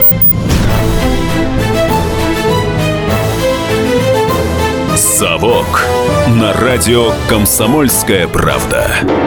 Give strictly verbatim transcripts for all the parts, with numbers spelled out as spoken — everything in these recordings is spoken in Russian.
«Совок» на радио «Комсомольская правда».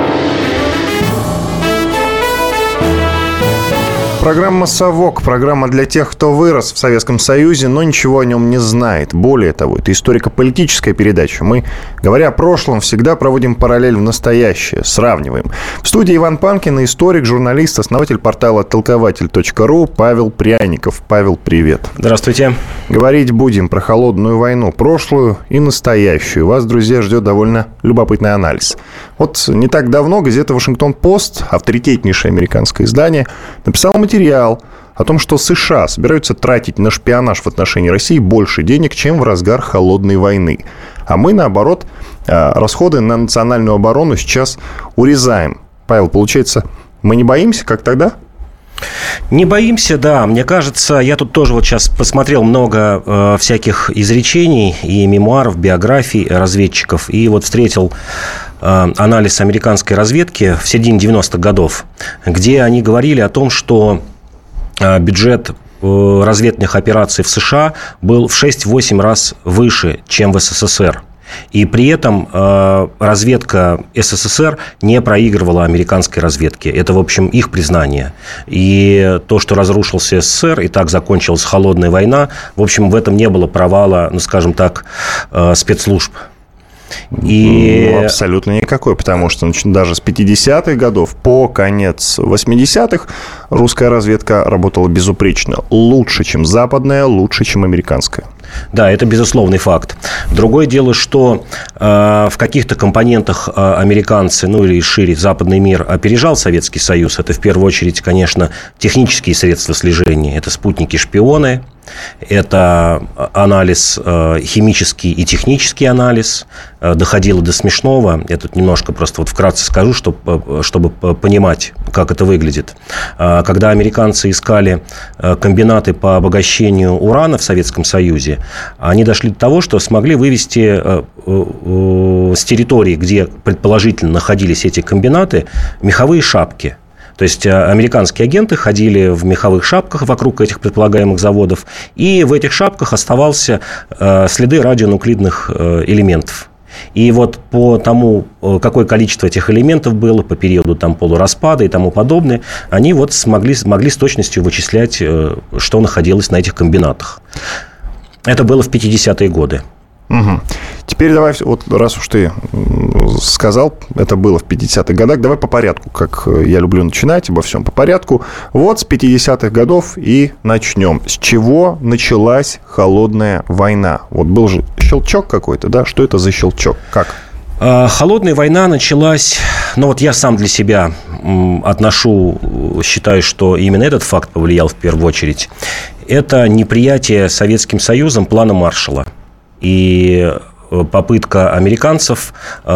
Программа «Совок», программа для тех, кто вырос в Советском Союзе, но ничего о нем не знает. Более того, это историко-политическая передача. Мы, говоря о прошлом, всегда проводим параллель в настоящее, сравниваем. В студии Иван Панкин, историк, журналист, основатель портала толкователь точка ру Павел Пряников. Павел, привет. Здравствуйте. Говорить будем про холодную войну, прошлую и настоящую. Вас, друзья, ждет довольно любопытный анализ. Вот не так давно газета «Вашингтон-Пост», авторитетнейшее американское издание, написала материал о том, что США собираются тратить на шпионаж в отношении России больше денег, чем в разгар холодной войны. А мы, наоборот, расходы на национальную оборону сейчас урезаем. Павел, получается, мы не боимся, как тогда? Не боимся, да. Мне кажется, я тут тоже вот сейчас посмотрел много э, всяких изречений и мемуаров, биографий разведчиков, и вот встретил э, анализ американской разведки в середине девяностых годов, где они говорили о том, что э, бюджет э, разведных операций в США был в шесть-восемь раз выше, чем в СССР. И при этом э, разведка СССР не проигрывала американской разведке. Это, в общем, их признание. И то, что разрушился СССР, и так закончилась холодная война, в общем, в этом не было провала, ну, скажем так, э, спецслужб. И... Ну, абсолютно никакой, потому что даже с пятидесятых годов по конец восьмидесятых русская разведка работала безупречно. Лучше, чем западная, лучше, чем американская. Да, это безусловный факт. Другое дело, что э, в каких-то компонентах э, американцы, ну или шире западный мир опережал Советский Союз. Это в первую очередь, конечно, технические средства слежения. Это спутники-шпионы, это анализ, э, химический и технический анализ. Э, доходило до смешного. Я тут немножко просто вот вкратце скажу, чтобы, чтобы понимать, как это выглядит. Э, когда американцы искали э, комбинаты по обогащению урана в Советском Союзе, они дошли до того, что смогли вывести э, э, с территории, где предположительно находились эти комбинаты, меховые шапки. То есть американские агенты ходили в меховых шапках вокруг этих предполагаемых заводов, и в этих шапках оставались э, следы радионуклидных э, элементов. И вот по тому, какое количество этих элементов было, по периоду там, полураспада и тому подобное, они вот смогли, смогли с точностью вычислять, что находилось на этих комбинатах. Это было в пятидесятые годы. Угу. Теперь давай, вот раз уж ты сказал, это было в пятидесятых годах, давай по порядку, как я люблю начинать, обо всем по порядку. Вот с пятидесятых годов и начнем. С чего началась холодная война? Вот был же щелчок какой-то, да? Что это за щелчок? Как? Холодная война началась, ну вот я сам для себя отношу, считаю, что именно этот факт повлиял в первую очередь. Это неприятие Советским Союзом плана Маршалла и попытка американцев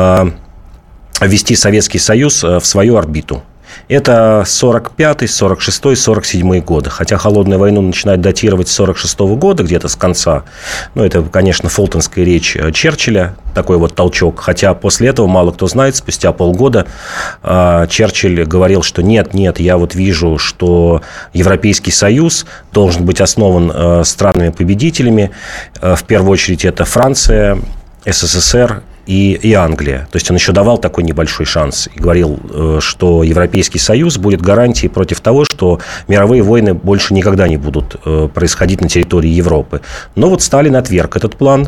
ввести Советский Союз в свою орбиту. Это сорок пятый, сорок шестой, сорок седьмой годы. Хотя холодную войну начинают датировать с сорок шестого года, где-то с конца. Ну, это, конечно, фултонская речь Черчилля, такой вот толчок. Хотя после этого мало кто знает, спустя полгода Черчилль говорил, что нет, нет, я вот вижу, что Европейский Союз должен быть основан странами-победителями. В первую очередь это Франция, СССР и, и Англия. То есть он еще давал такой небольшой шанс и говорил, что Европейский Союз будет гарантией против того, что мировые войны больше никогда не будут происходить на территории Европы. Но вот Сталин отверг этот план.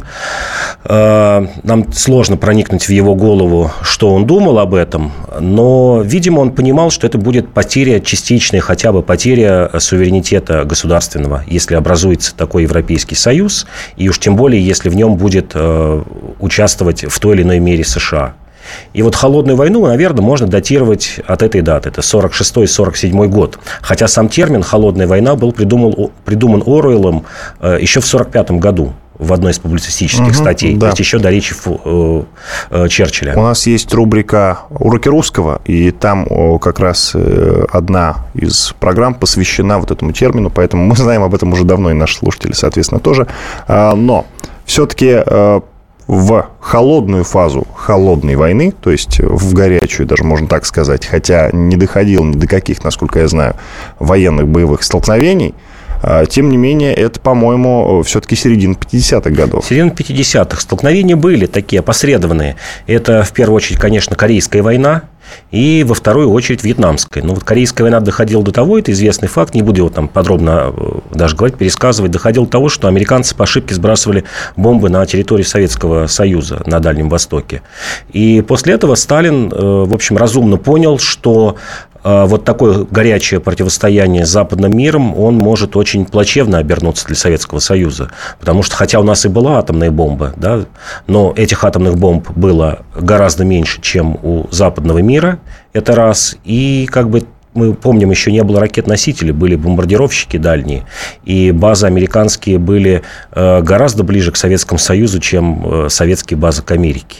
Нам сложно проникнуть в его голову, что он думал об этом, но, видимо, он понимал, что это будет потеря частичная, хотя бы потеря суверенитета государственного, если образуется такой Европейский Союз, и уж тем более, если в нем будет участвовать в той или иной мере США. И вот холодную войну, наверное, можно датировать от этой даты. Это сорок шестой - сорок седьмой год. Хотя сам термин «холодная война» был придуман, придуман Оруэллом еще в сорок пятом году в одной из публицистических угу, статей. Да. То есть еще до речи э, э, Черчилля. У нас есть рубрика «Уроки русского», и там как раз одна из программ посвящена вот этому термину, поэтому мы знаем об этом уже давно, и наши слушатели, соответственно, тоже. Но все-таки в холодную фазу холодной войны, то есть в горячую, даже можно так сказать, хотя не доходило ни до каких, насколько я знаю, военных боевых столкновений, Тем не менее, это, по-моему, все-таки середина пятидесятых годов. Середина пятидесятых. Столкновения были такие опосредованные. Это, в первую очередь, конечно, Корейская война. И во вторую очередь Вьетнамская. Ну, вот Корейская война доходила до того, это известный факт, не буду его там подробно даже говорить, пересказывать, доходило до того, что американцы по ошибке сбрасывали бомбы на территорию Советского Союза на Дальнем Востоке. И после этого Сталин, в общем, разумно понял, что вот такое горячее противостояние с западным миром, он может очень плачевно обернуться для Советского Союза. Потому что, хотя у нас и была атомная бомба, да, но этих атомных бомб было гораздо меньше, чем у западного мира, это раз. И как бы мы помним, еще не было ракет-носителей, были бомбардировщики дальние. И базы американские были гораздо ближе к Советскому Союзу, чем советские базы к Америке.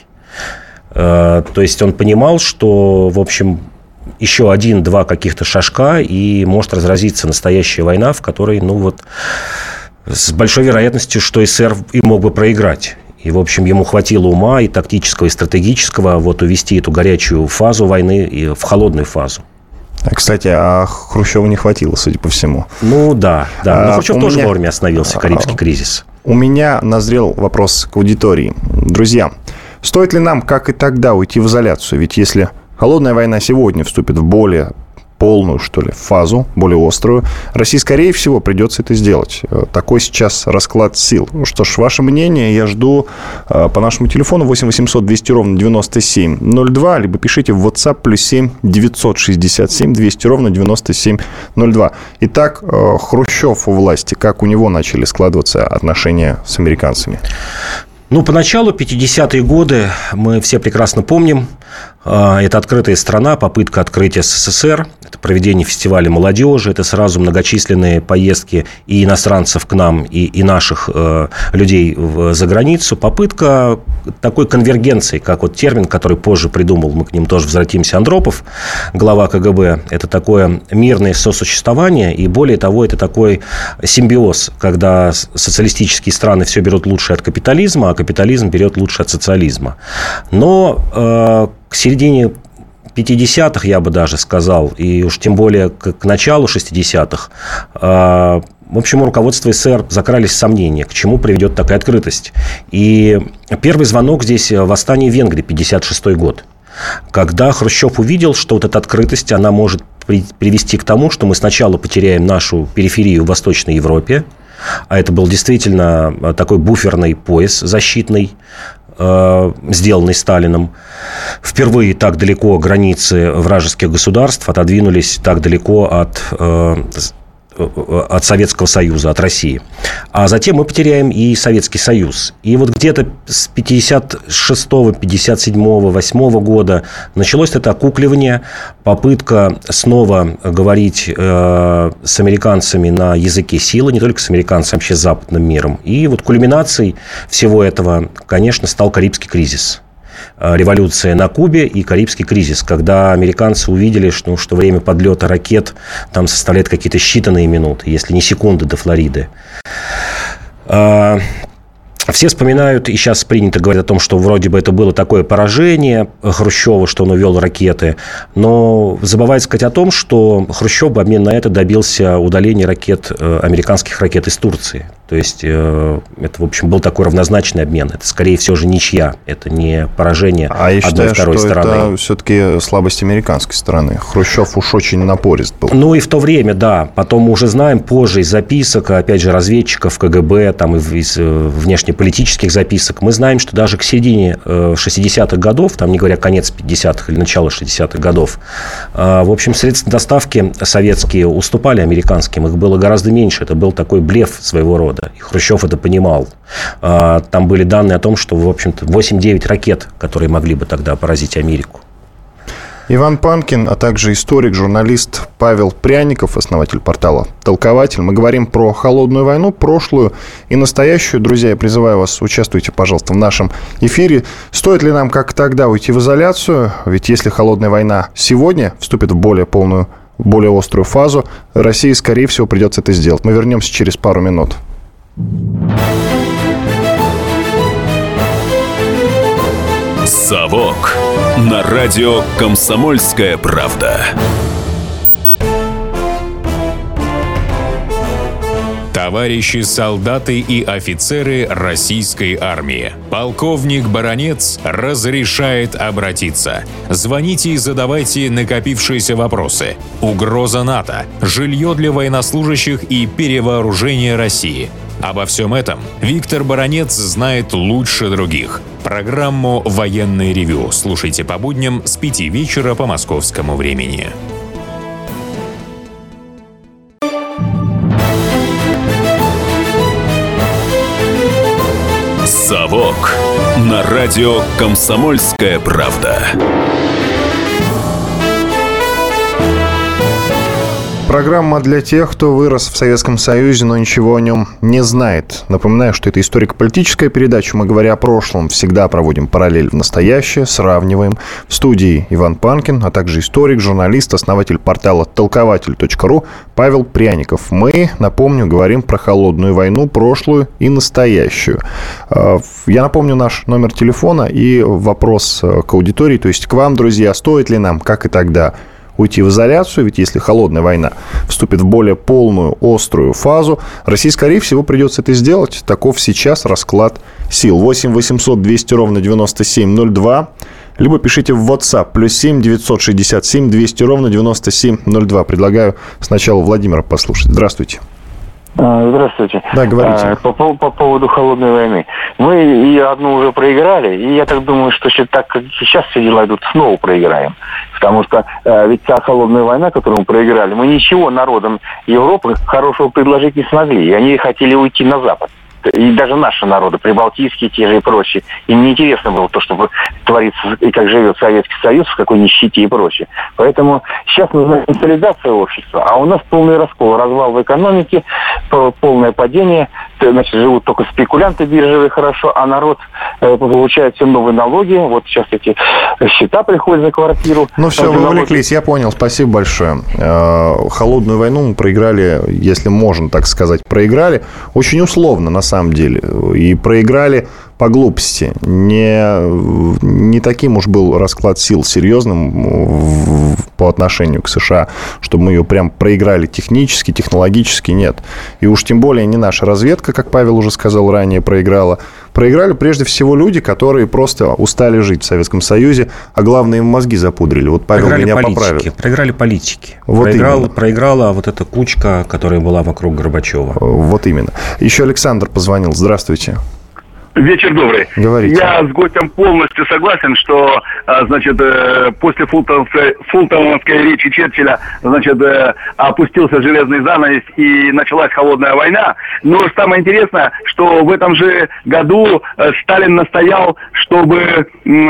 То есть он понимал, что, в общем, еще один-два каких-то шажка, и может разразиться настоящая война, в которой, ну вот, с большой вероятностью, что СССР и мог бы проиграть. И, в общем, ему хватило ума и тактического, и стратегического вот увести эту горячую фазу войны в холодную фазу. Кстати, а Хрущеву не хватило, судя по всему. Ну, да. да. Но Хрущев а, тоже меня... вовремя остановился, Карибский кризис. У меня назрел вопрос к аудитории. Друзья, стоит ли нам, как и тогда, уйти в изоляцию? Ведь если холодная война сегодня вступит в более полную, что ли, фазу, более острую, России, скорее всего, придется это сделать. Такой сейчас расклад сил. Ну что ж, ваше мнение я жду по нашему телефону восемь восемьсот двести ровно девяносто семь ноль два, либо пишите в WhatsApp плюс семь девятьсот шестьдесят семь двести ровно девяносто семь ноль два. Итак, Хрущев у власти, как у него начали складываться отношения с американцами? Ну, поначалу, пятидесятые годы, мы все прекрасно помним, это открытая страна, попытка открытия СССР, это проведение фестиваля молодежи, это сразу многочисленные поездки и иностранцев к нам, и, и наших э, людей в, за границу, попытка такой конвергенции, как вот термин, который позже придумал, мы к ним тоже возвратимся, Андропов, глава КГБ, это такое мирное сосуществование, и более того, это такой симбиоз, когда социалистические страны все берут лучше от капитализма, а капитализм берет лучше от социализма. Но э, к середине пятидесятых, я бы даже сказал, и уж тем более к, к началу шестидесятых, э, в общем, у руководства СССР закрались сомнения, к чему приведет такая открытость. И первый звонок здесь — восстание в Венгрии, пятьдесят шестой год, когда Хрущев увидел, что вот эта открытость, она может при, привести к тому, что мы сначала потеряем нашу периферию в Восточной Европе, а это был действительно такой буферный пояс защитный, э, сделанный Сталином. Впервые так далеко границы вражеских государств отодвинулись так далеко от, э, от Советского Союза, от России. А затем мы потеряем и Советский Союз. И вот где-то с пятьдесят шестого, пятьдесят седьмого, восьмого года началось это окукливание, попытка снова говорить э, с американцами на языке силы, не только с американцами, а вообще с западным миром. И вот кульминацией всего этого, конечно, стал Карибский кризис. Революция на Кубе и Карибский кризис, когда американцы увидели, что, ну, что время подлета ракет там составляет какие-то считанные минуты, если не секунды до Флориды. Все вспоминают, и сейчас принято говорить о том, что вроде бы это было такое поражение Хрущева, что он увел ракеты, но забывается сказать о том, что Хрущев в обмен на это добился удаления ракет, американских ракет из Турции. То есть это, в общем, был такой равнозначный обмен. Это, скорее всего, же ничья. Это не поражение а я одной считаю, второй что стороны. Это все-таки слабость американской стороны. Хрущев уж очень напорист был. Ну и в то время, да. Потом мы уже знаем позже из записок, опять же, разведчиков КГБ, там, из внешнеполитических записок, мы знаем, что даже к середине шестидесятых годов, там, не говоря конец пятидесятых или начало шестидесятых годов, в общем, средства доставки советские уступали американским. Их было гораздо меньше. Это был такой блеф своего рода. И Хрущев это понимал. Там были данные о том, что, в общем-то, восемь-девять ракет, которые могли бы тогда поразить Америку. Иван Панкин, а также историк, журналист Павел Пряников, основатель портала «Толкователь». Мы говорим про холодную войну, прошлую и настоящую. Друзья, я призываю вас, участвуйте, пожалуйста, в нашем эфире. Стоит ли нам, как тогда, уйти в изоляцию? Ведь если холодная война сегодня вступит в более полную, более острую фазу, России, скорее всего, придется это сделать. Мы вернемся через пару минут. «Совок» на радио «Комсомольская правда». Товарищи солдаты и офицеры российской армии, полковник Баранец разрешает обратиться. Звоните и задавайте накопившиеся вопросы. Угроза НАТО, жилье для военнослужащих и перевооружение России. Обо всем этом Виктор Баранец знает лучше других. Программу «Военное ревю» слушайте по будням с пяти вечера по московскому времени. «Совок» на радио «Комсомольская правда». Программа для тех, кто вырос в Советском Союзе, но ничего о нем не знает. Напоминаю, что это историко-политическая передача. Мы, говоря о прошлом, всегда проводим параллель в настоящее, сравниваем. В студии Иван Панкин, а также историк, журналист, основатель портала толкователь точка ру Павел Пряников. Мы, напомню, говорим про холодную войну, прошлую и настоящую. Я напомню наш номер телефона и вопрос к аудитории, то есть к вам, друзья, стоит ли нам, как и тогда, уйти в изоляцию, ведь если холодная война вступит в более полную, острую фазу, России, скорее всего, придется это сделать. Таков сейчас расклад сил. восемь восемьсот двести ровно девяносто семь ноль два. Либо пишите в WhatsApp плюс семь девятьсот шестьдесят семь двести ровно девяносто семь ноль два. Предлагаю сначала Владимира послушать. Здравствуйте. Здравствуйте. Да, говорите. По, по, по поводу холодной войны. Мы ее одну уже проиграли, и я так думаю, что так как сейчас все дела идут, снова проиграем. Потому что э, ведь та холодная война, которую мы проиграли, мы ничего народам Европы хорошего предложить не смогли. И они хотели уйти на Запад. И даже наши народы, прибалтийские те же и прочие, им неинтересно было то, что творится и как живет Советский Союз, в какой нищете и прочее. Поэтому сейчас нужна консолидация общества, а у нас полный раскол, развал в экономике, полное падение, значит, живут только спекулянты биржевые хорошо, а народ э, получает все новые налоги, вот сейчас эти счета приходят за квартиру. Ну все, вы увлеклись, я понял, спасибо большое. Холодную войну мы проиграли, если можно так сказать, проиграли, очень условно, на самом деле, и проиграли по глупости. Не, не таким уж был расклад сил серьезным по отношению к США, чтобы мы ее прям проиграли технически, технологически, нет. И уж тем более не наша разведка, как Павел уже сказал ранее, проиграла. Проиграли прежде всего люди, которые просто устали жить в Советском Союзе, а главное, им мозги запудрили. Вот Павел проиграли меня политики, поправил. Проиграли политики. Вот Проиграл, проиграла вот эта кучка, которая была вокруг Горбачева. Вот именно. Еще Александр позвонил. Здравствуйте. Вечер добрый. Говорите. Я с гостем полностью согласен, что, значит, после фултонской, фултоновской речи Черчилля, значит, опустился железный занавес и началась холодная война. Но самое интересное, что в этом же году Сталин настоял, чтобы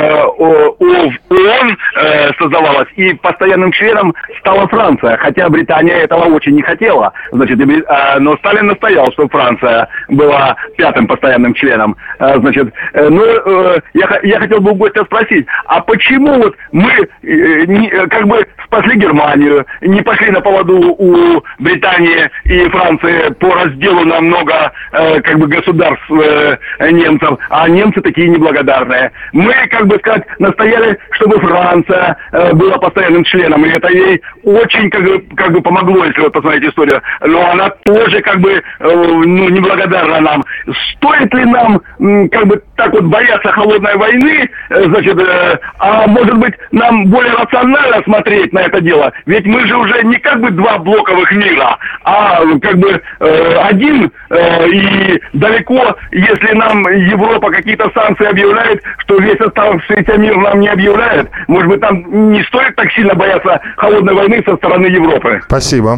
ООН создавалась, и постоянным членом стала Франция, хотя Британия этого очень не хотела. Значит, но Сталин настоял, чтобы Франция была пятым постоянным членом. Значит, ну, я, я хотел бы у гостя спросить, а почему вот мы не, как бы спасли Германию, не пошли на поводу у Британии и Франции по разделу на много как бы государств немцев, а немцы такие неблагодарные. Мы, как бы сказать, настояли, чтобы Франция была постоянным членом, и это ей очень как бы, как бы помогло, если вы посмотрите историю, но она тоже как бы ну, неблагодарна нам. Стоит ли нам как бы так вот бояться холодной войны, значит, э, а может быть нам более рационально смотреть на это дело? Ведь мы же уже не как бы два блоковых мира, а как бы э, один, э, и далеко, если нам Европа какие-то санкции объявляет, что весь оставшийся мир нам не объявляет, может быть, нам не стоит так сильно бояться холодной войны со стороны Европы? Спасибо.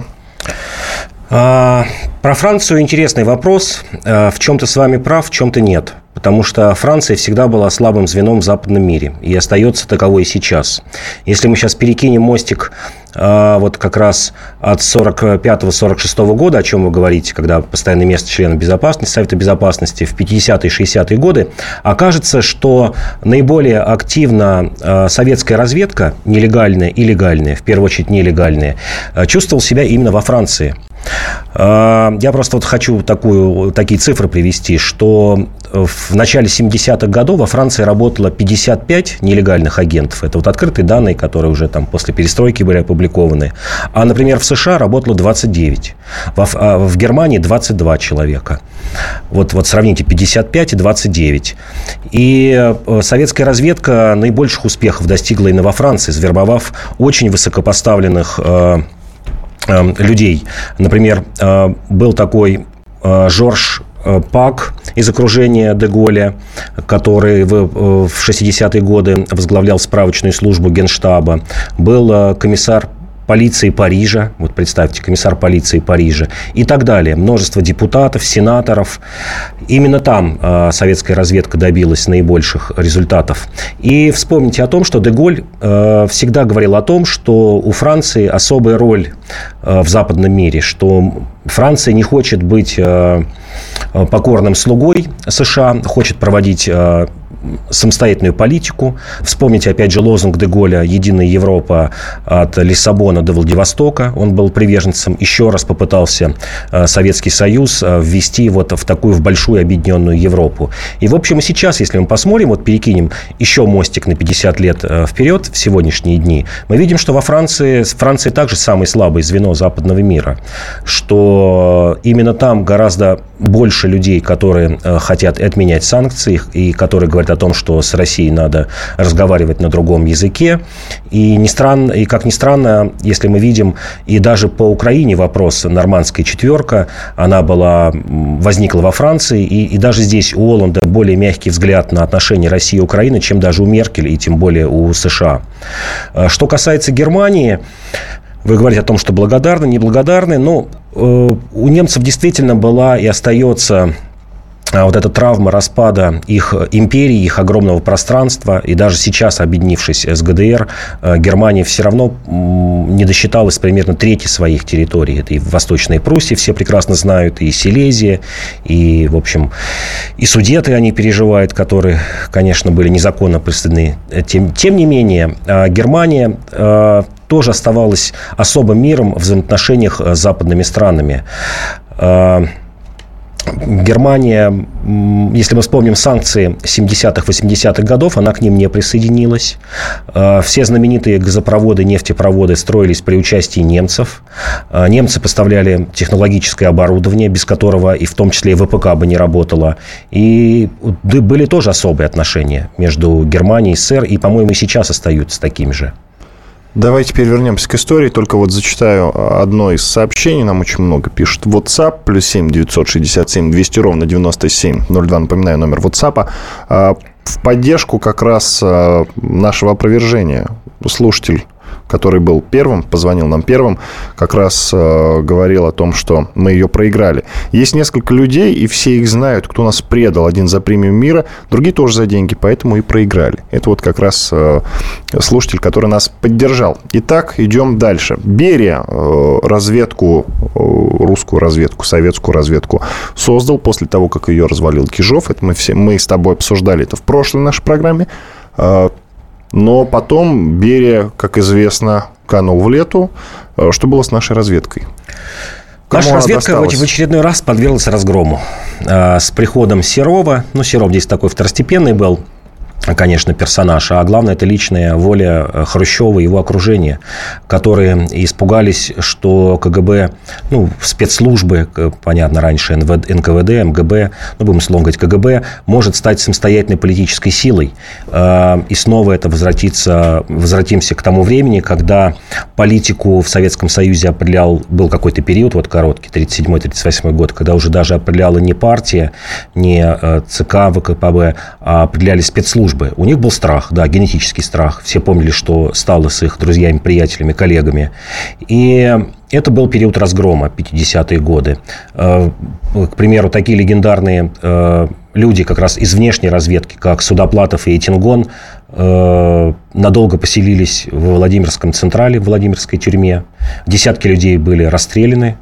Про Францию интересный вопрос. В чем-то с вами прав, в чем-то нет. Потому что Франция всегда была слабым звеном в западном мире. И остается таковой и сейчас. Если мы сейчас перекинем мостик вот как раз от сорок пятого — сорок шестого года, о чем вы говорите, когда постоянное место члена безопасности, Совета Безопасности в пятидесятые — шестидесятые годы, окажется, что наиболее активно советская разведка, нелегальная и легальная, в первую очередь нелегальная, чувствовала себя именно во Франции. Я просто вот хочу такую, такие цифры привести, что в начале семидесятых годов во Франции работало пятьдесят пять нелегальных агентов. Это вот открытые данные, которые уже там после перестройки были опубликованы. А, например, в США работало двадцать девять. В, в Германии двадцать два человека. Вот, вот сравните пятьдесят пять и двадцать девять. И советская разведка наибольших успехов достигла именно во Франции, завербовав очень высокопоставленных людей. Например, был такой Жорж Пак из окружения де Голля, который в шестидесятые годы возглавлял справочную службу Генштаба. Был комиссар полиции Парижа, вот представьте, комиссар полиции Парижа и так далее. Множество депутатов, сенаторов. Именно там э, советская разведка добилась наибольших результатов. И вспомните о том, что де Голль э, всегда говорил о том, что у Франции особая роль э, в западном мире, что Франция не хочет быть э, покорным слугой США, хочет проводить э, самостоятельную политику. Вспомните, опять же, лозунг де Голля «Единая Европа от Лиссабона до Владивостока». Он был приверженцем. Еще раз попытался Советский Союз ввести вот в такую, в большую объединенную Европу. И, в общем, и сейчас, если мы посмотрим, вот перекинем еще мостик на пятьдесят лет вперед, в сегодняшние дни, мы видим, что во Франции, Франция также самое слабое звено западного мира, что именно там гораздо больше людей, которые хотят отменять санкции и которые говорят о том, что с Россией надо разговаривать на другом языке. И, не странно, и как ни странно, если мы видим, и даже по Украине вопрос «Нормандская четверка», она была, возникла во Франции, и, и даже здесь у Олланда более мягкий взгляд на отношения России и Украины, чем даже у Меркель и тем более у США. Что касается Германии, вы говорите о том, что благодарны, неблагодарны, но э, у немцев действительно была и остается вот эта травма распада их империи, их огромного пространства. И даже сейчас, объединившись с ГДР, Германия все равно не досчиталась примерно трети своих территорий. Это и Восточная Пруссия, все прекрасно знают, и Силезия, и, в общем, и Судеты они переживают, которые, конечно, были незаконно присоединены. Тем, тем не менее, Германия тоже оставалась особым миром в взаимоотношениях с западными странами. Германия, если мы вспомним санкции семидесятых, восьмидесятых годов, она к ним не присоединилась. Все знаменитые газопроводы, нефтепроводы строились при участии немцев. Немцы поставляли технологическое оборудование, без которого и в том числе и ВПК бы не работало. И были тоже особые отношения между Германией и СССР, и, по-моему, и сейчас остаются такими же. Давайте теперь вернемся к истории. Только вот зачитаю одно из сообщений. Нам очень много пишут в WhatsApp. Плюс семь девятьсот шестьдесят семь двести ровно девяносто семь ноль два. Напоминаю, номер WhatsApp. В поддержку как раз нашего опровержения слушатель, который был первым, позвонил нам первым, как раз э, говорил о том, что мы ее проиграли. Есть несколько людей, и все их знают, кто нас предал. Один за премиум мира, другие тоже за деньги, поэтому и проиграли. Это вот как раз э, слушатель, который нас поддержал. Итак, идем дальше. Берия э, разведку, э, русскую разведку, советскую разведку создал после того, как ее развалил Кижов. Это мы, все, мы с тобой обсуждали это в прошлой нашей программе. Э, Но потом Берия, как известно, канул в лету. Что было с нашей разведкой? Кому Наша разведка досталась? В очередной раз подверглась разгрому. С приходом Серова, ну, Серов здесь такой второстепенный был, конечно, персонаж, а главное, это личная воля Хрущева и его окружения, которые испугались, что КГБ, ну, спецслужбы, понятно, раньше эн ка вэ дэ, эм гэ бэ, ну, будем словом говорить, КГБ, может стать самостоятельной политической силой. И снова это возвратится, возвратимся к тому времени, когда политику в Советском Союзе определял, был какой-то период, вот короткий, тридцать седьмой тридцать восьмой год, когда уже даже определяла не партия, не ЦК вэ ка пэ бэ, а определяли спецслужбы. У них был страх, да, генетический страх. Все помнили, что стало с их друзьями, приятелями, коллегами. И это был период разгрома, пятидесятые годы. К примеру, такие легендарные люди как раз из внешней разведки, как Судоплатов и Этингон, надолго поселились в Владимирском Централе, в Владимирской тюрьме. Десятки людей были расстреляны.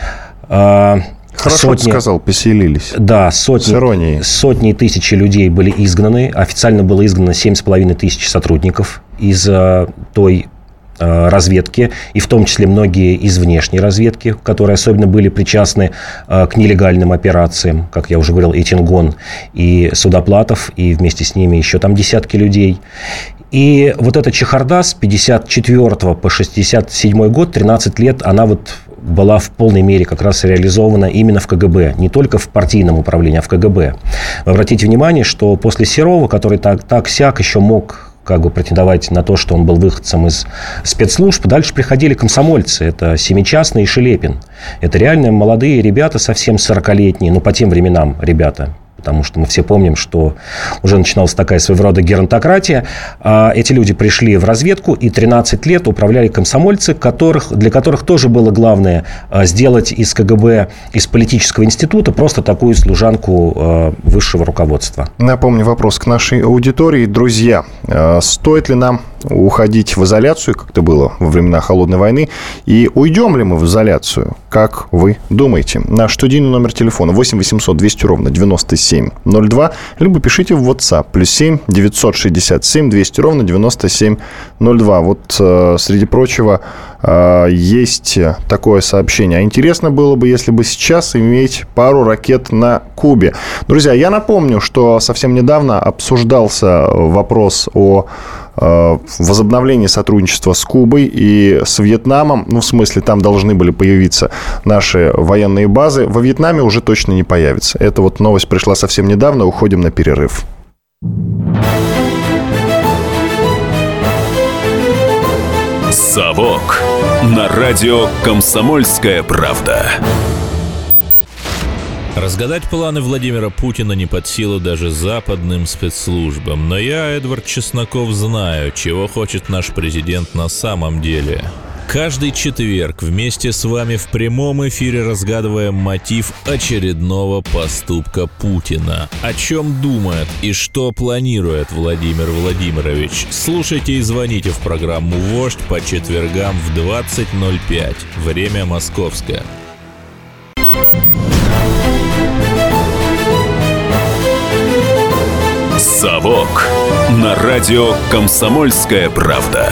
Хорошо сотни, ты сказал, поселились. Да, сотни, сотни тысяч людей были изгнаны. Официально было изгнано семь с половиной тысяч сотрудников из той разведки, и в том числе многие из внешней разведки, которые особенно были причастны к нелегальным операциям, как я уже говорил, и Тингон, и Судоплатов, и вместе с ними еще там десятки людей. И вот эта чехарда с пятьдесят четвёртого по шестьдесят седьмой год, тринадцать лет, она вот была в полной мере как раз реализована именно в ка гэ бэ, не только в партийном управлении, а в ка гэ бэ. Вы обратите внимание, что после Серова, который так, так сяк еще мог как бы претендовать на то, что он был выходцем из спецслужб, дальше приходили комсомольцы. Это Семичастный и Шелепин. Это реально молодые ребята, совсем сорокалетние, ну, по тем временам ребята. Потому что мы все помним, что уже начиналась такая своего рода геронтократия. Эти люди пришли в разведку и тринадцать лет управляли комсомольцы, которых, для которых тоже было главное сделать из ка гэ бэ, из политического института просто такую служанку высшего руководства. Напомню вопрос к нашей аудитории. Друзья, стоит ли нам уходить в изоляцию, как это было во времена Холодной войны, и уйдем ли мы в изоляцию? Как вы думаете? Наш студийный номер телефона восемь восемьсот двести ровно девяносто семь ноль два, либо пишите в WhatsApp плюс семь девятьсот шестьдесят семь двести ровно девяносто семь ноль два. Вот, э, среди прочего, э, есть такое сообщение. А интересно было бы, если бы сейчас иметь пару ракет на Кубе. Друзья, я напомню, что совсем недавно обсуждался вопрос о возобновлении сотрудничества с Кубой и с Вьетнамом. Ну, в смысле, там должны были появиться наши военные базы. Во Вьетнаме уже точно не появится. Эта вот новость пришла совсем недавно. Уходим на перерыв. «Совок» на радио «Комсомольская правда». Разгадать планы Владимира Путина не под силу даже западным спецслужбам. Но я, Эдвард Чесноков, знаю, чего хочет наш президент на самом деле. Каждый четверг вместе с вами в прямом эфире разгадываем мотив очередного поступка Путина. О чем думает и что планирует Владимир Владимирович. Слушайте и звоните в программу «Вождь» по четвергам в двадцать ноль пять. Время московское. «Совок» на радио «Комсомольская правда».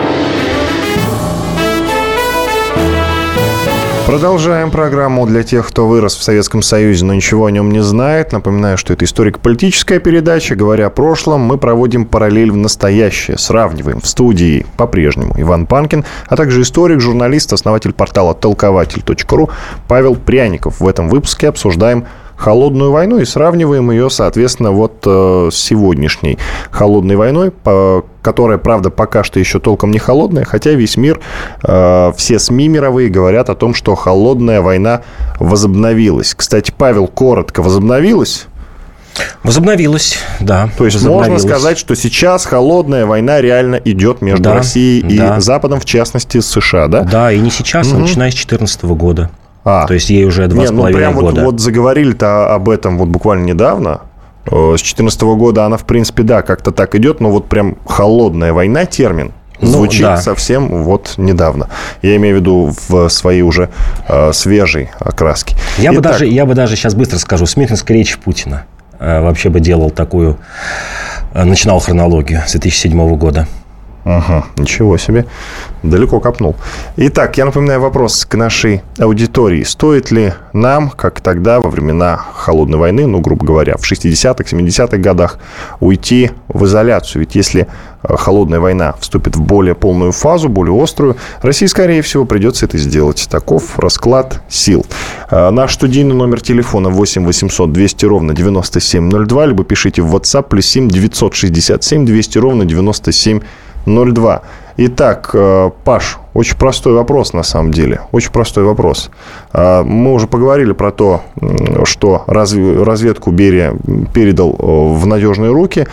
Продолжаем программу для тех, кто вырос в Советском Союзе, но ничего о нем не знает. Напоминаю, что это историко-политическая передача. Говоря о прошлом, мы проводим параллель в настоящее. Сравниваем. В студии по-прежнему Иван Панкин, а также историк, журналист, основатель портала толкователь точка ру Павел Пряников. В этом выпуске обсуждаем Холодную войну и сравниваем ее, соответственно, вот э, с сегодняшней Холодной войной, по, которая, правда, пока что еще толком не холодная, хотя весь мир, э, все СМИ мировые говорят о том, что Холодная война возобновилась. Кстати, Павел, коротко, возобновилась? Возобновилась, да. То есть можно сказать, что сейчас Холодная война реально идет между да, Россией и да. Западом, в частности, с США, да? Да, и не сейчас, угу. а начиная с две тысячи четырнадцатого года. А. То есть ей уже два с половиной ну, года. Вот, вот заговорили-то об этом вот буквально недавно. С две тысячи четырнадцатого года она, в принципе, да, как-то так идет, но вот прям «холодная война» термин звучит ну, да. совсем вот недавно. Я имею в виду в своей уже э, свежей окраске. Я бы, даже, я бы даже сейчас быстро скажу, Смитинская речь Путина э, вообще бы делал такую, э, начинал хронологию с две тысячи седьмого года. Ага, ничего себе. Далеко копнул. Итак, я напоминаю вопрос к нашей аудитории. Стоит ли нам, как тогда, во времена Холодной войны, ну, грубо говоря, в шестидесятых, семидесятых годах, уйти в изоляцию? Ведь если Холодная война вступит в более полную фазу, более острую, России, скорее всего, придется это сделать. Таков расклад сил. Наш студийный номер телефона восемь восемьсот двести ровно девяносто семь ноль два, либо пишите в WhatsApp плюс семь девятьсот шестьдесят семь двести ровно девяносто семь ноль два. Итак, Паш, очень простой вопрос на самом деле. Очень простой вопрос. Мы уже поговорили про то, что разведку Берия передал в надежные руки.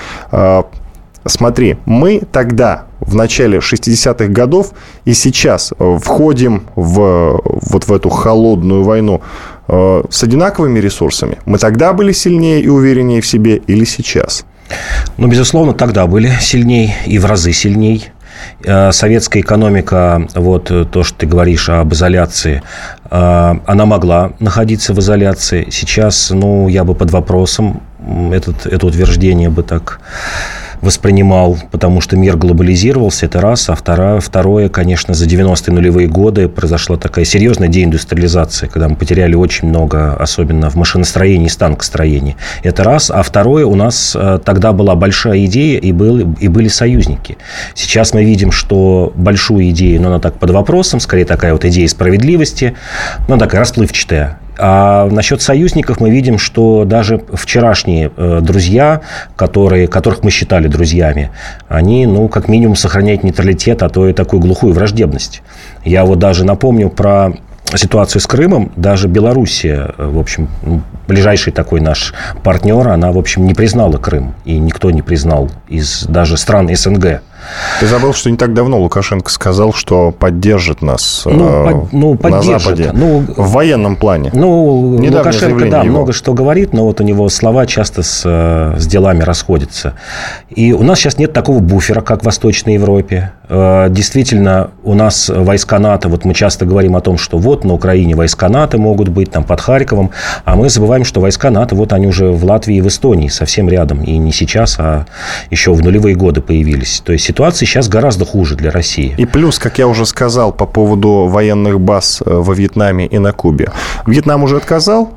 Смотри, мы тогда, в начале шестидесятых годов, и сейчас входим в, вот в эту холодную войну с одинаковыми ресурсами. Мы тогда были сильнее и увереннее в себе или сейчас? Ну, безусловно, тогда были сильней и в разы сильней. Советская экономика, вот то, что ты говоришь об изоляции, она могла находиться в изоляции. Сейчас, ну, я бы под вопросом этот, это утверждение бы так воспринимал, потому что мир глобализировался, это раз. А второе, второе, конечно, за девяностые нулевые годы произошла такая серьезная деиндустриализация, когда мы потеряли очень много, особенно в машиностроении и станкостроении. Это раз. А второе, у нас тогда была большая идея, и, был, и были союзники. Сейчас мы видим, что большую идею, но она так под вопросом, скорее такая вот идея справедливости, ну, такая расплывчатая. А насчет союзников мы видим, что даже вчерашние э, друзья, которые, которых мы считали друзьями, они, ну, как минимум, сохраняют нейтралитет, а то и такую глухую враждебность. Я вот даже напомню про ситуацию с Крымом. Даже Белоруссия, в общем, ближайший такой наш партнер, она, в общем, не признала Крым. И никто не признал из даже стран СНГ. Ты забыл, что не так давно Лукашенко сказал, что поддержит нас ну, э, под, ну, на Западе ну, в военном плане. Ну, недавнее Лукашенко, да, его. много что говорит, но вот у него слова часто с, с делами расходятся. И у нас сейчас нет такого буфера, как в Восточной Европе. Действительно, у нас войска НАТО, вот мы часто говорим о том, что вот на Украине войска НАТО могут быть, там под Харьковом, а мы забываем, что войска НАТО, вот они уже в Латвии и в Эстонии, совсем рядом. И не сейчас, а еще в нулевые годы появились. То есть ситуация сейчас гораздо хуже для России. И плюс, как я уже сказал, по поводу военных баз во Вьетнаме и на Кубе. Вьетнам уже отказал,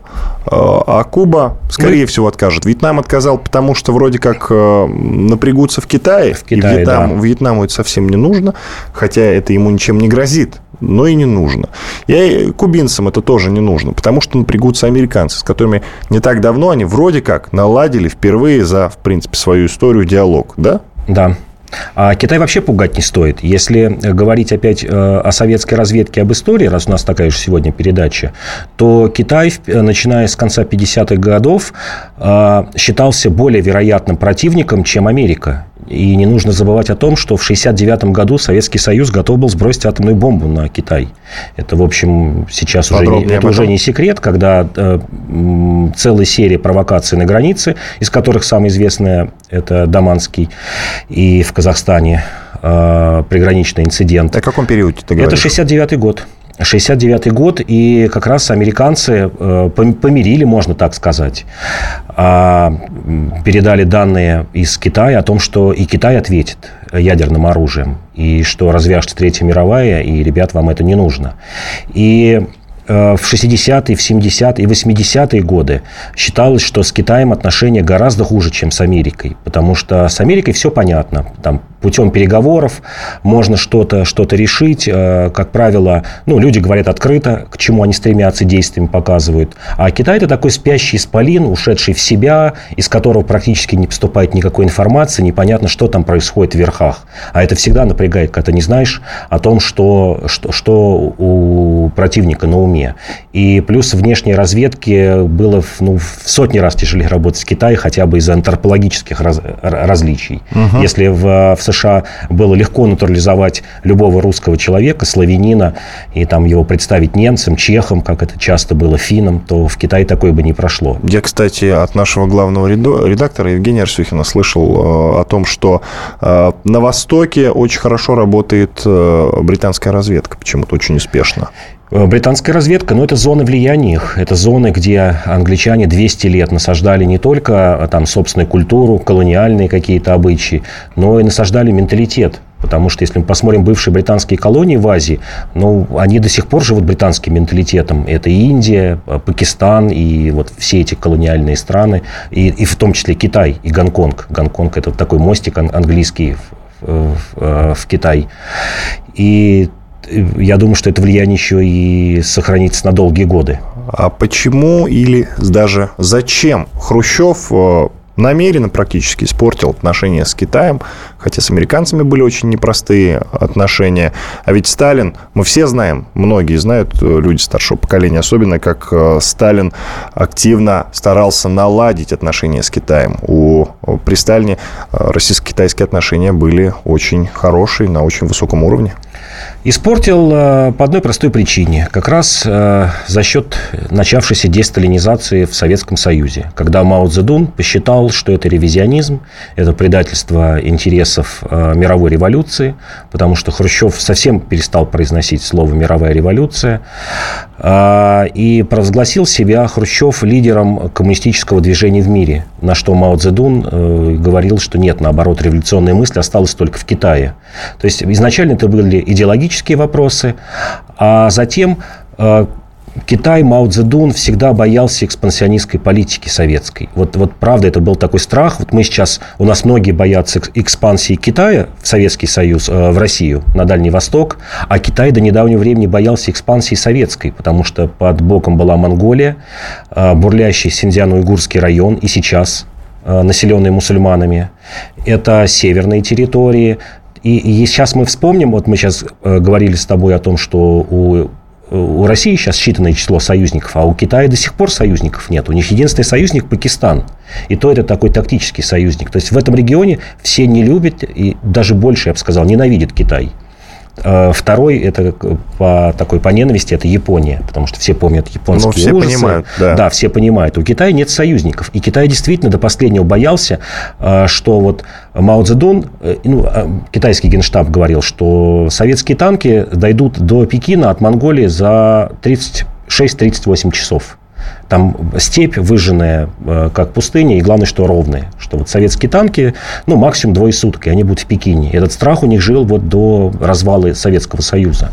а Куба, скорее Мы... всего, откажет. Вьетнам отказал, потому что вроде как напрягутся в Китае. В Китае, и Вьетнам, да. Вьетнаму это совсем не нужно, хотя это ему ничем не грозит. Но и не нужно. И кубинцам это тоже не нужно, потому что напрягутся американцы, с которыми не так давно они вроде как наладили впервые за, в принципе, свою историю диалог, да? Да. А Китай вообще пугать не стоит. Если говорить опять о советской разведке, об истории, раз у нас такая же сегодня передача, то Китай, начиная с конца пятидесятых годов, считался более вероятным противником, чем Америка. И не нужно забывать о том, что в шестьдесят девятом году Советский Союз готов был сбросить атомную бомбу на Китай. Это, в общем, сейчас уже не, это уже не секрет, когда э, целая серия провокаций на границе, из которых самая известная – это Даманский и в Казахстане э, приграничный инцидент. О каком периоде ты говоришь? Это шестьдесят девятый год. шестьдесят девятый год, и как раз американцы помирили, можно так сказать, передали данные из Китая о том, что и Китай ответит ядерным оружием, и что развяжется Третья мировая, и, ребят, вам это не нужно. И в шестидесятые, в семидесятые и восьмидесятые годы считалось, что с Китаем отношения гораздо хуже, чем с Америкой. Потому что с Америкой все понятно. Там путем переговоров можно что-то, что-то решить. Как правило, ну, люди говорят открыто, к чему они стремятся, действиями показывают. А Китай – это такой спящий исполин, ушедший в себя, из которого практически не поступает никакой информации, непонятно, что там происходит в верхах. А это всегда напрягает, когда ты не знаешь о том, что, что, что у противника на уме. И плюс внешней разведке было ну, в сотни раз тяжелее работать с Китаем, хотя бы из-за антропологических раз, различий. Угу. Если в, в США было легко натурализовать любого русского человека, славянина, и там его представить немцам, чехам, как это часто было, финнам, то в Китае такое бы не прошло. Я, кстати, от нашего главного редактора Евгения Арсюхина слышал о том, что на Востоке очень хорошо работает британская разведка, почему-то очень успешно. Британская разведка, ну, это зоны влияния их. Это зоны, где англичане двести лет насаждали не только там, собственную культуру, колониальные какие-то обычаи, но и насаждали менталитет. Потому что, если мы посмотрим бывшие британские колонии в Азии, ну, они до сих пор живут британским менталитетом. Это и Индия, Пакистан, и вот все эти колониальные страны, и, и в том числе Китай, и Гонконг. Гонконг – это такой мостик английский в, в, в Китай. И я думаю, что это влияние еще и сохранится на долгие годы. А почему или даже зачем Хрущев намеренно практически испортил отношения с Китаем, хотя с американцами были очень непростые отношения. А ведь Сталин, мы все знаем, многие знают, люди старшего поколения особенно, как Сталин активно старался наладить отношения с Китаем. У, при Сталине российско-китайские отношения были очень хорошие, на очень высоком уровне. Испортил по одной простой причине. Как раз за счет начавшейся десталинизации в Советском Союзе. Когда Мао Цзэдун посчитал, понимал, что это ревизионизм, это предательство интересов э, мировой революции, потому что Хрущев совсем перестал произносить слово «мировая революция», э, и провозгласил себя Хрущев лидером коммунистического движения в мире, на что Мао Цзэдун э, говорил, что нет, наоборот, революционная мысль осталась только в Китае. То есть изначально это были идеологические вопросы, а затем э, Китай, Мао Цзэдун всегда боялся экспансионистской политики советской. Вот, вот правда, это был такой страх. Вот мы сейчас, у нас многие боятся экспансии Китая в Советский Союз, э, в Россию, на Дальний Восток, а Китай до недавнего времени боялся экспансии советской, потому что под боком была Монголия, э, бурлящий Синьцзян-Уйгурский район, и сейчас э, населенный мусульманами. Это северные территории. И, и сейчас мы вспомним, вот мы сейчас э, говорили с тобой о том, что у У России сейчас считанное число союзников, а у Китая до сих пор союзников нет. У них единственный союзник – Пакистан. И то это такой тактический союзник. То есть в этом регионе все не любят, и даже больше, я бы сказал, ненавидят Китай. Второй, это по такой по ненависти, это Япония, потому что все помнят японские Но все ужасы. Понимают, да. да, все понимают. У Китая нет союзников. И Китай действительно до последнего боялся, что вот Мао Цзэдун, ну, китайский генштаб говорил, что советские танки дойдут до Пекина от Монголии за тридцать шесть - тридцать восемь часов. Там степь выжженная, как пустыня, и главное, что ровная. Что вот советские танки, ну, максимум двое суток, и они будут в Пекине. И этот страх у них жил вот до развала Советского Союза.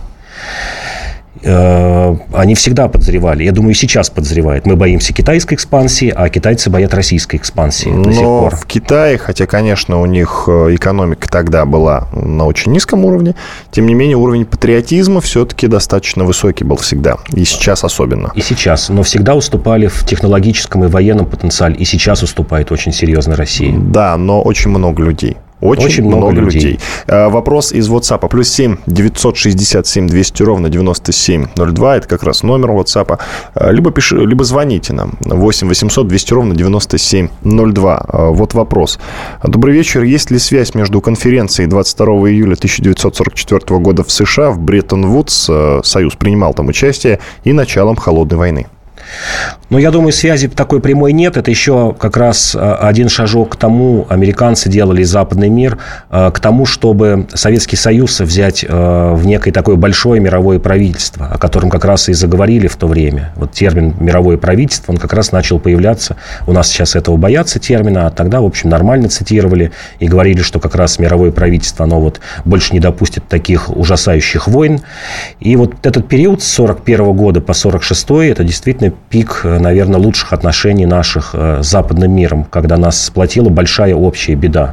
Они всегда подозревали, я думаю, и сейчас подозревают. Мы боимся китайской экспансии, а китайцы боятся российской экспансии до сих пор. Но в Китае, хотя, конечно, у них экономика тогда была на очень низком уровне, тем не менее уровень патриотизма все-таки достаточно высокий был всегда. И сейчас особенно. И сейчас. Но всегда уступали в технологическом и военном потенциале. И сейчас уступает очень серьезно Россия. Да, но очень много людей. Очень, Очень много, много людей. людей. Вопрос из WhatsApp. Плюс семь девятьсот шестьдесят семь двести ровно девяносто семь ноль два. Это как раз номер WhatsApp. Либо, пиши, либо звоните нам. восемь восемьсот двести ровно девяносто семь ноль два. Вот вопрос. Добрый вечер. Есть ли связь между конференцией двадцать второго июля тысяча девятьсот сорок четвёртого года в США, в Бреттон-Вудс, Союз принимал там участие, и началом Холодной войны? Но я думаю, связи такой прямой нет. Это еще как раз один шажок к тому, американцы делали, западный мир, к тому, чтобы Советский Союз взять в некое такое большое мировое правительство, о котором как раз и заговорили в то время. Вот термин «мировое правительство», он как раз начал появляться. У нас сейчас этого боятся термина, а тогда, в общем, нормально цитировали и говорили, что как раз мировое правительство, оно вот больше не допустит таких ужасающих войн. И вот этот период с сорок первого года по сорок шестой, это действительно пик, наверное, лучших отношений наших с западным миром, когда нас сплотила большая общая беда.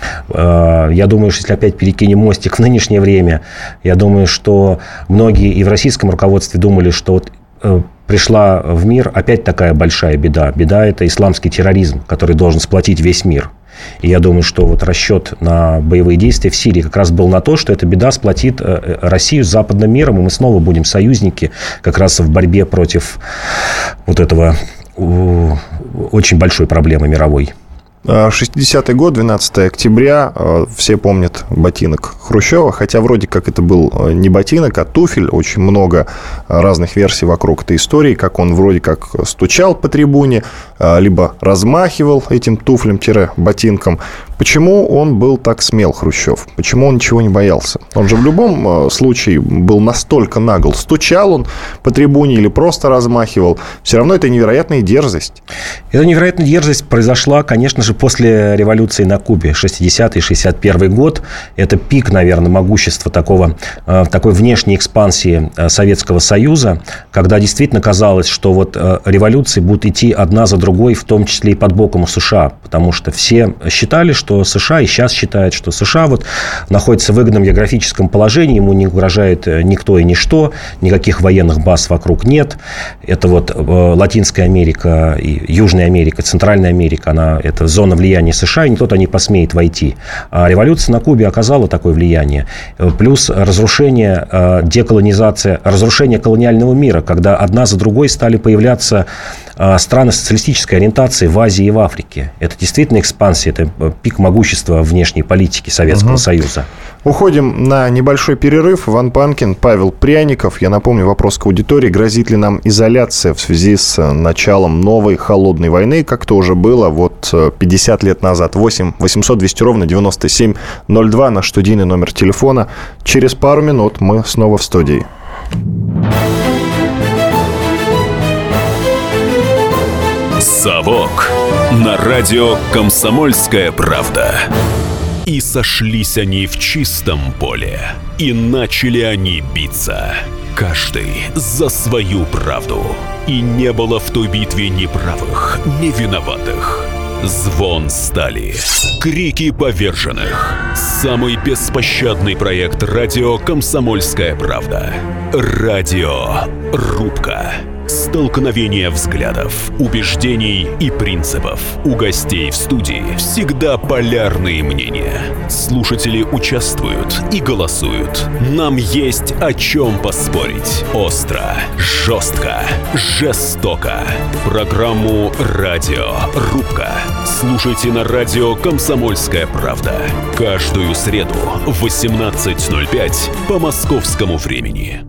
Я думаю, что если опять перекинем мостик в нынешнее время, я думаю, что многие и в российском руководстве думали, что вот пришла в мир опять такая большая беда. Беда – это исламский терроризм, который должен сплотить весь мир. И я думаю, что вот расчет на боевые действия в Сирии как раз был на то, что эта беда сплотит Россию с западным миром, и мы снова будем союзники как раз в борьбе против вот этого очень большой проблемы мировой. шестидесятый год, двенадцатого октября, все помнят ботинок Хрущева, хотя вроде как это был не ботинок, а туфель. Очень много разных версий вокруг этой истории, как он вроде как стучал по трибуне, либо размахивал этим туфлем-ботинком. Почему он был так смел, Хрущев? Почему он ничего не боялся? Он же в любом случае был настолько нагл. Стучал он по трибуне или просто размахивал. Все равно это невероятная дерзость. Эта невероятная дерзость произошла, конечно же, после революции на Кубе. шестидесятый - шестьдесят первый год. Это пик, наверное, могущества такого, такой внешней экспансии Советского Союза, когда действительно казалось, что вот революции будут идти одна за другой, в том числе и под боком у США. Потому что все считали, что что США, и сейчас считает, что США вот находится в выгодном географическом положении, ему не угрожает никто и ничто, никаких военных баз вокруг нет. Это вот Латинская Америка, и Южная Америка, Центральная Америка, она, это зона влияния США, и никто туда не посмеет войти. А революция на Кубе оказала такое влияние. Плюс разрушение, деколонизация, разрушение колониального мира, когда одна за другой стали появляться страны социалистической ориентации в Азии и в Африке. Это действительно экспансия, это пик могущества внешней политики Советского угу. Союза. Уходим на небольшой перерыв. Иван Панкин, Павел Пряников. Я напомню, вопрос к аудитории. Грозит ли нам изоляция в связи с началом новой холодной войны, как то уже было вот пятьдесят лет назад? восемь восемьсот двести ровно девяносто семь ноль два, наш студийный номер телефона. Через пару минут мы снова в студии. «Совок» на радио «Комсомольская правда». И сошлись они в чистом поле, и начали они биться, каждый за свою правду. И не было в той битве ни правых, ни виноватых. Звон стали, крики поверженных. Самый беспощадный проект радио «Комсомольская правда». Радиорубка. Столкновение взглядов, убеждений и принципов. У гостей в студии всегда полярные мнения. Слушатели участвуют и голосуют. Нам есть о чем поспорить. Остро, жестко, жестоко. Программу «Радиорубка» слушайте на радио «Комсомольская правда». Каждую среду в восемнадцать ноль пять по московскому времени.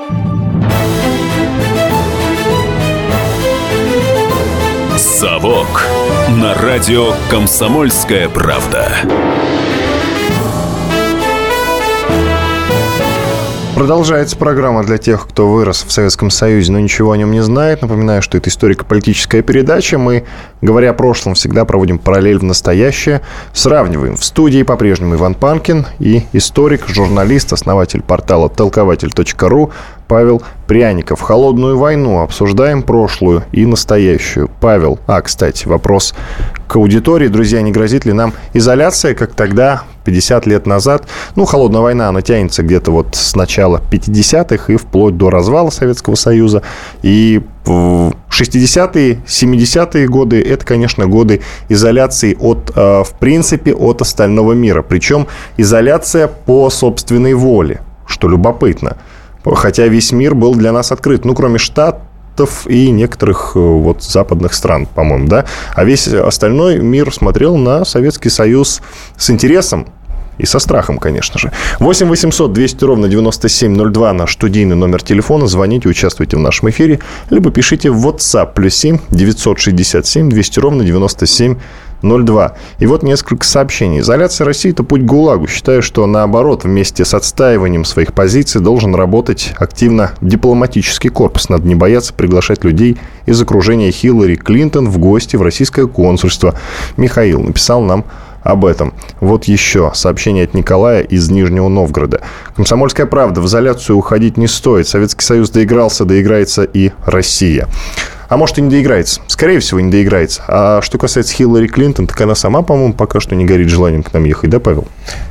«Совок» на радио «Комсомольская правда». Продолжается программа для тех, кто вырос в Советском Союзе, но ничего о нем не знает. Напоминаю, что это историко-политическая передача. Мы, говоря о прошлом, всегда проводим параллель в настоящее. Сравниваем. В студии по-прежнему Иван Панкин и историк, журналист, основатель портала толкователь точка ру Павел Пряников. Холодную войну обсуждаем, прошлую и настоящую. Павел, а, кстати, вопрос к аудитории. Друзья, не грозит ли нам изоляция, как тогда, пятьдесят лет назад? Ну, холодная война, она тянется где-то вот с начала пятидесятых и вплоть до развала Советского Союза. И шестидесятые, семидесятые годы – это, конечно, годы изоляции от, в принципе, от остального мира. Причем изоляция по собственной воле, что любопытно. Хотя весь мир был для нас открыт, ну, кроме Штатов и некоторых вот западных стран, по-моему, да. А весь остальной мир смотрел на Советский Союз с интересом и со страхом, конечно же. восемь восемьсот двести ровно девяносто семь ноль два наш студийный номер телефона. Звоните, участвуйте в нашем эфире. Либо пишите в WhatsApp плюс семь девятьсот шестьдесят семь двести ровно девяносто семь ноль два. И вот несколько сообщений. Изоляция России – это путь к ГУЛАГу. Считаю, что наоборот, вместе с отстаиванием своих позиций должен работать активно дипломатический корпус. Надо не бояться приглашать людей из окружения Хиллари Клинтон в гости в российское консульство. Михаил написал нам об этом. Вот еще сообщение от Николая из Нижнего Новгорода. «Комсомольская правда. В изоляцию уходить не стоит. Советский Союз доигрался, доиграется и Россия». А может, и не доиграется. Скорее всего, не доиграется. А что касается Хиллари Клинтон, так она сама, по-моему, пока что не горит желанием к нам ехать. Да, Павел?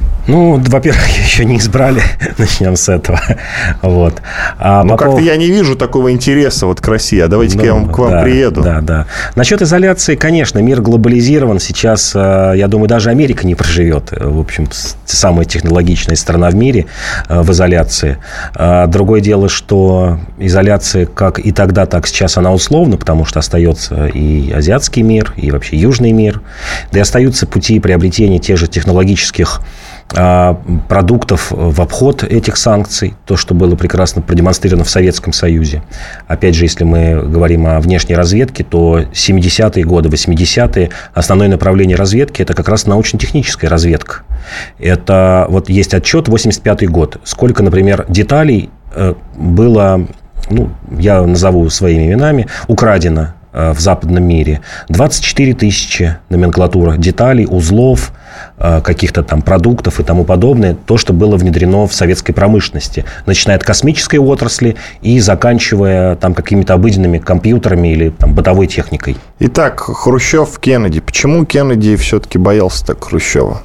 Ну, во-первых, ее еще не избрали. Начнем с этого. Вот. А ну, по как-то пов... я не вижу такого интереса вот к России. А давайте-ка ну, я вам, к вам да, приеду. Да, да. Насчет изоляции, конечно, мир глобализирован. Сейчас, я думаю, даже Америка не проживет. В общем, самая технологичная страна в мире в изоляции. Другое дело, что изоляция как и тогда, так сейчас она условна, потому что остается и азиатский мир, и вообще южный мир. Да и остаются пути приобретения тех же технологических продуктов в обход этих санкций, то, что было прекрасно продемонстрировано в Советском Союзе. Опять же, если мы говорим о внешней разведке, то семидесятые годы, восьмидесятые основное направление разведки – это как раз научно-техническая разведка. Это вот есть отчет восемьдесят пятый год. Сколько, например, деталей было, ну, я назову своими именами, украдено в западном мире. двадцать четыре тысячи номенклатура деталей, узлов, каких-то там продуктов и тому подобное, то, что было внедрено в советской промышленности, начиная от космической отрасли и заканчивая там какими-то обыденными компьютерами или там бытовой техникой. Итак, Хрущев, Кеннеди. Почему Кеннеди все-таки боялся так Хрущева?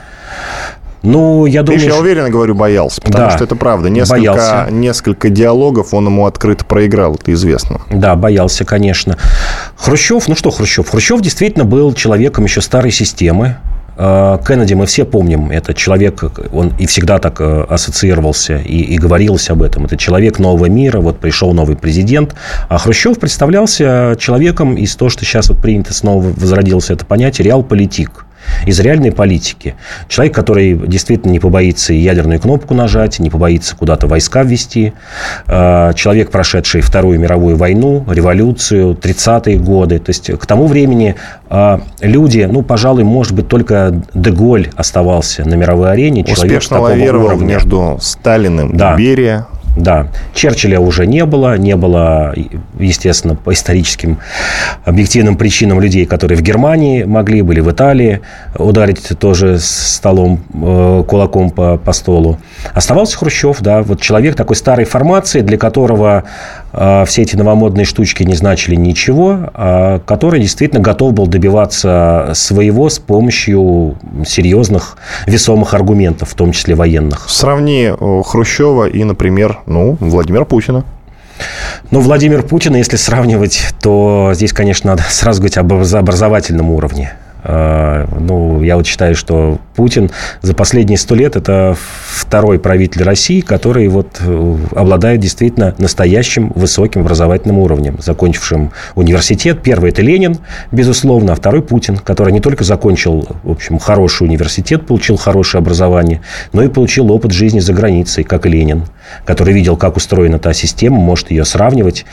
Ну, я думаю... Видишь, я уверенно говорю, боялся, потому да, что это правда. Несколько, несколько диалогов он ему открыто проиграл, это известно. Да, боялся, конечно. Хрущев, ну что Хрущев? Хрущев действительно был человеком еще старой системы. Кеннеди мы все помним. Это человек, он и всегда так ассоциировался, и, и говорилось об этом. Это человек нового мира, вот пришел новый президент. А Хрущев представлялся человеком из того, что сейчас вот принято снова возродилось это понятие, реалполитик. Из реальной политики. Человек, который действительно не побоится и ядерную кнопку нажать, не побоится куда-то войска ввести. Человек, прошедший Вторую мировую войну, революцию, тридцатые годы. То есть, к тому времени люди, ну, пожалуй, может быть, только Де-Голь оставался на мировой арене. Успешно лавировал между Сталиным да. и Берия. Да, Черчилля уже не было, не было, естественно, по историческим объективным причинам людей, которые в Германии могли, были в Италии, ударить тоже столом, э, кулаком по, по столу. Оставался Хрущев, да, вот человек такой старой формации, для которого э, все эти новомодные штучки не значили ничего, а который действительно готов был добиваться своего с помощью серьезных весомых аргументов, в том числе военных. Сравни Хрущева и, например, ну, Владимира Путина. Ну, Владимир Путин, если сравнивать, то здесь, конечно, надо сразу говорить об образовательном уровне. Ну, я вот считаю, что Путин за последние сто лет это второй правитель России, который вот обладает действительно настоящим высоким образовательным уровнем, закончившим университет. Первый – это Ленин, безусловно, а второй – Путин, который не только закончил, в общем, хороший университет, получил хорошее образование, но и получил опыт жизни за границей, как и Ленин, который видел, как устроена та система, может ее сравнивать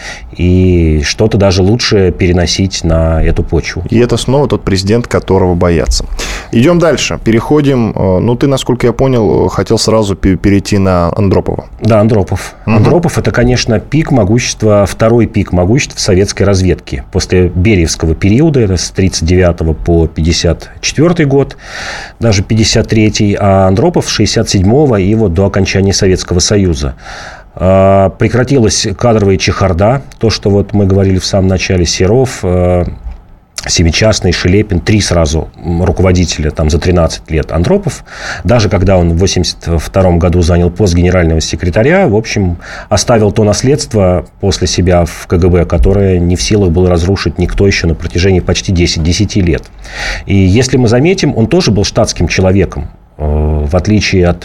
и что-то даже лучше переносить на эту почву. И это снова тот президент, которого боятся. Идем дальше. Переходим. Ну, ты, насколько я понял, хотел сразу перейти на Андропова. Да, Андропов. Угу. Андропов – это, конечно, пик могущества, второй пик могущества советской разведки. После Бериевского периода, это с тридцать девятого по пятьдесят четвёртый год, даже пятьдесят третий, а Андропов с шестьдесят седьмого и вот до окончания Советского Союза. Прекратилась кадровая чехарда, то, что вот мы говорили в самом начале, Серов, Семичастный, Шелепин, три сразу руководителя там, за тринадцать лет. Андропов, даже когда он в восемьдесят втором году занял пост генерального секретаря, в общем, оставил то наследство после себя в ка гэ бэ, которое не в силах было разрушить никто еще на протяжении почти десять лет. И если мы заметим, он тоже был штатским человеком, в отличие от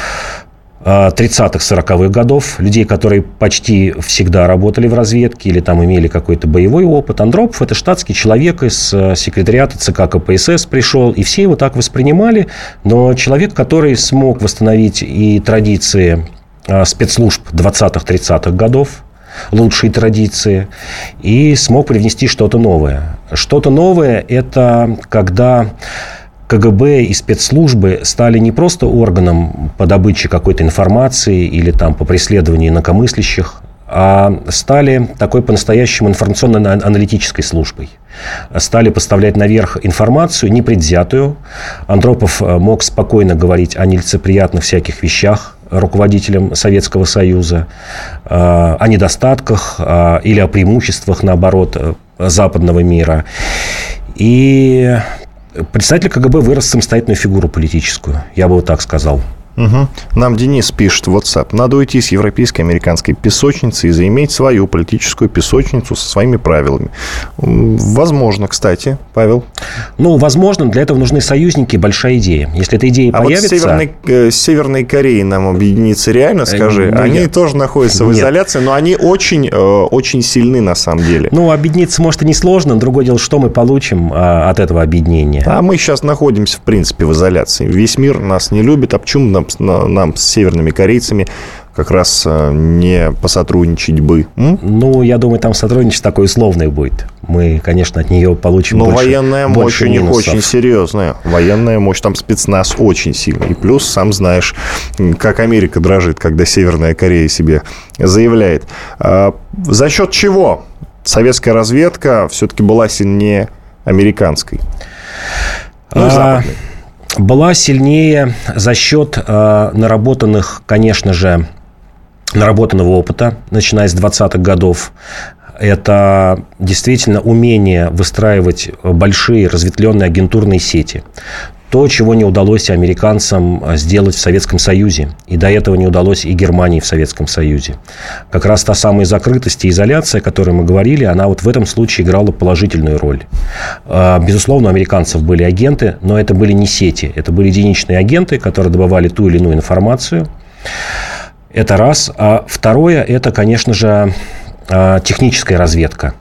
тридцатых-сороковых годов, людей, которые почти всегда работали в разведке или там имели какой-то боевой опыт. Андропов – это штатский человек из секретариата цэ ка ка пэ эс эс пришел, и все его так воспринимали, но человек, который смог восстановить и традиции спецслужб двадцатых-тридцатых годов, лучшие традиции, и смог привнести что-то новое. Что-то новое – это когда ка гэ бэ и спецслужбы стали не просто органом по добыче какой-то информации или там по преследованию инакомыслящих, а стали такой по-настоящему информационно-аналитической службой. Стали поставлять наверх информацию непредвзятую. Андропов мог спокойно говорить о нелицеприятных всяких вещах руководителям Советского Союза, о недостатках или о преимуществах, наоборот, западного мира. И председатель ка гэ бэ вырос в самостоятельную фигуру политическую, я бы вот так сказал. Угу. Нам Денис пишет в WhatsApp. Надо уйти с европейской американской песочницы и заиметь свою политическую песочницу со своими правилами. Возможно, кстати, Павел. Ну, возможно, для этого нужны союзники, большая идея. Если эта идея а появится... А вот с Северной, э, с Северной Кореей нам объединиться реально, скажи? Ну, они я... тоже находятся в изоляции, Нет. но они очень, э, очень сильны на самом деле. Ну, объединиться, может, и не сложно. Другое дело, что мы получим а, от этого объединения. А мы сейчас находимся, в принципе, в изоляции. Весь мир нас не любит. А почему нам нам с северными корейцами как раз не посотрудничать бы? М? Ну, я думаю, там сотрудничество такое условное будет. Мы, конечно, от нее получим Но больше, военная больше мощь у них минусов. очень серьезная. Военная мощь, там спецназ очень сильный. И плюс, сам знаешь, как Америка дрожит, когда Северная Корея себе заявляет. А за счет чего советская разведка все-таки была сильнее американской? Ну, и западной. Была сильнее за счет э, наработанных, конечно же, наработанного опыта, начиная с двадцатых годов. Это действительно умение выстраивать большие разветвленные агентурные сети. То, чего не удалось американцам сделать в Советском Союзе. И до этого не удалось и Германии в Советском Союзе. Как раз та самая закрытость и изоляция, о которой мы говорили, она вот в этом случае играла положительную роль. Безусловно, у американцев были агенты, но это были не сети. Это были единичные агенты, которые добывали ту или иную информацию. Это раз. А второе, это, конечно же, техническая разведка.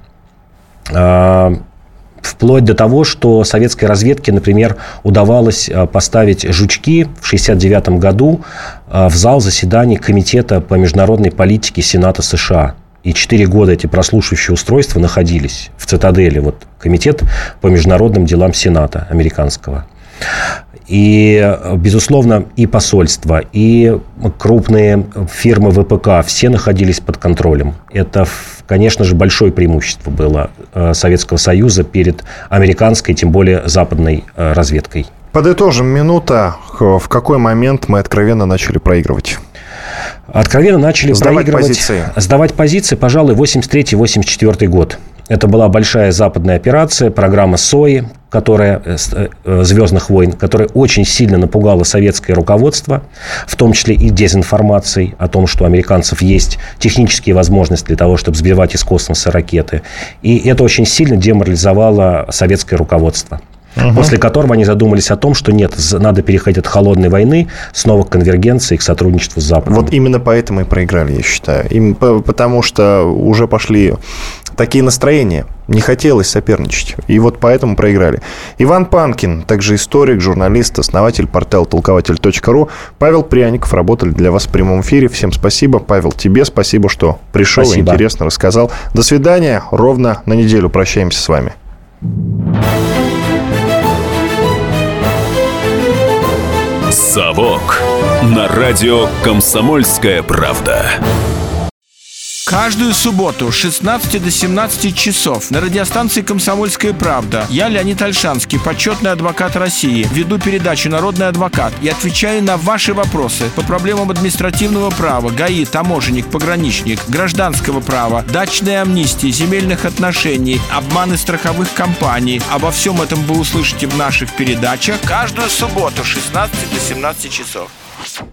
Вплоть до того, что советской разведке, например, удавалось поставить жучки в шестьдесят девятом году в зал заседаний Комитета по международной политике Сената США. И четыре года эти прослушивающие устройства находились в цитадели. Вот Комитет по международным делам Сената американского. И, безусловно, и посольства, и крупные фирмы вэ пэ ка все находились под контролем. Это, конечно же, большое преимущество было Советского Союза перед американской, тем более западной разведкой. Подытожим, минута. В какой момент мы откровенно начали проигрывать? Откровенно начали сдавать проигрывать, позиции. сдавать позиции, пожалуй, восемьдесят третий — восемьдесят четвёртый год. Это была большая западная операция, программа СОИ, которая, «Звездных войн», которая очень сильно напугала советское руководство, в том числе и дезинформацией о том, что у американцев есть технические возможности для того, чтобы сбивать из космоса ракеты. И это очень сильно деморализовало советское руководство. Угу. После которого они задумались о том, что нет, надо переходить от холодной войны снова к конвергенции, к сотрудничеству с Западом. Вот именно поэтому и проиграли, я считаю. Им, потому что уже пошли такие настроения. Не хотелось соперничать. И вот поэтому проиграли. Иван Панкин, также историк, журналист, основатель портала толкователь точка ру. Павел Пряников работали для вас в прямом эфире. Всем спасибо. Павел, тебе спасибо, что пришел и интересно рассказал. До свидания. Ровно на неделю прощаемся с вами. «Совок» на радио «Комсомольская правда». Каждую субботу с шестнадцати до семнадцати часов на радиостанции «Комсомольская правда» я, Леонид Ольшанский, почетный адвокат России, веду передачу «Народный адвокат» и отвечаю на ваши вопросы по проблемам административного права, ГАИ, таможенник, пограничник, гражданского права, дачной амнистии, земельных отношений, обманы страховых компаний. Обо всем этом вы услышите в наших передачах каждую субботу с шестнадцати до семнадцати часов.